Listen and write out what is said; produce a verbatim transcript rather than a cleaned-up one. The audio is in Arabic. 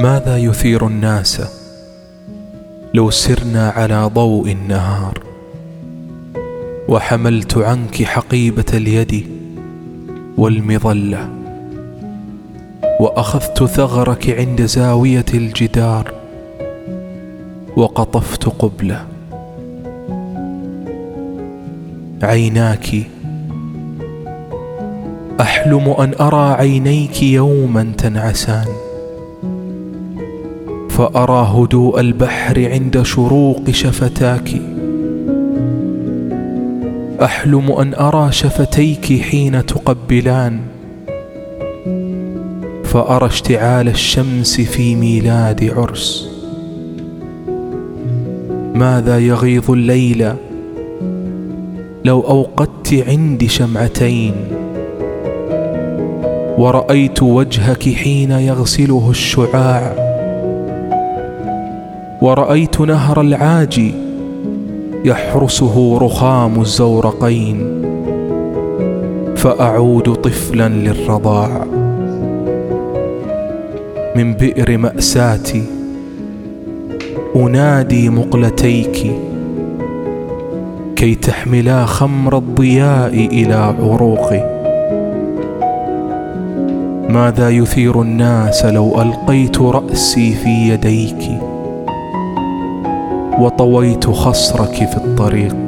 ماذا يثير الناس لو سرنا على ضوء النهار، وحملت عنك حقيبة اليد والمظلة، وأخذت ثغرك عند زاوية الجدار وقطفت قبلة. عيناك أحلم أن أرى عينيك يوما تنعسان، فأرى هدوء البحر عند شروق شفتاك. أحلم أن أرى شفتيك حين تقبلان، فأرى اشتعال الشمس في ميلاد عرس. ماذا يغيظ الليل لو أوقدت عندي شمعتين، ورأيت وجهك حين يغسله الشعاع، ورأيت نهر العاجي يحرسه رخام الزورقين، فأعود طفلا للرضاع. من بئر مأساتي أنادي مقلتيك كي تحملا خمر الضياء إلى عروقي. ماذا يثير الناس لو ألقيت رأسي في يديك وطويت خصرك في الطريق.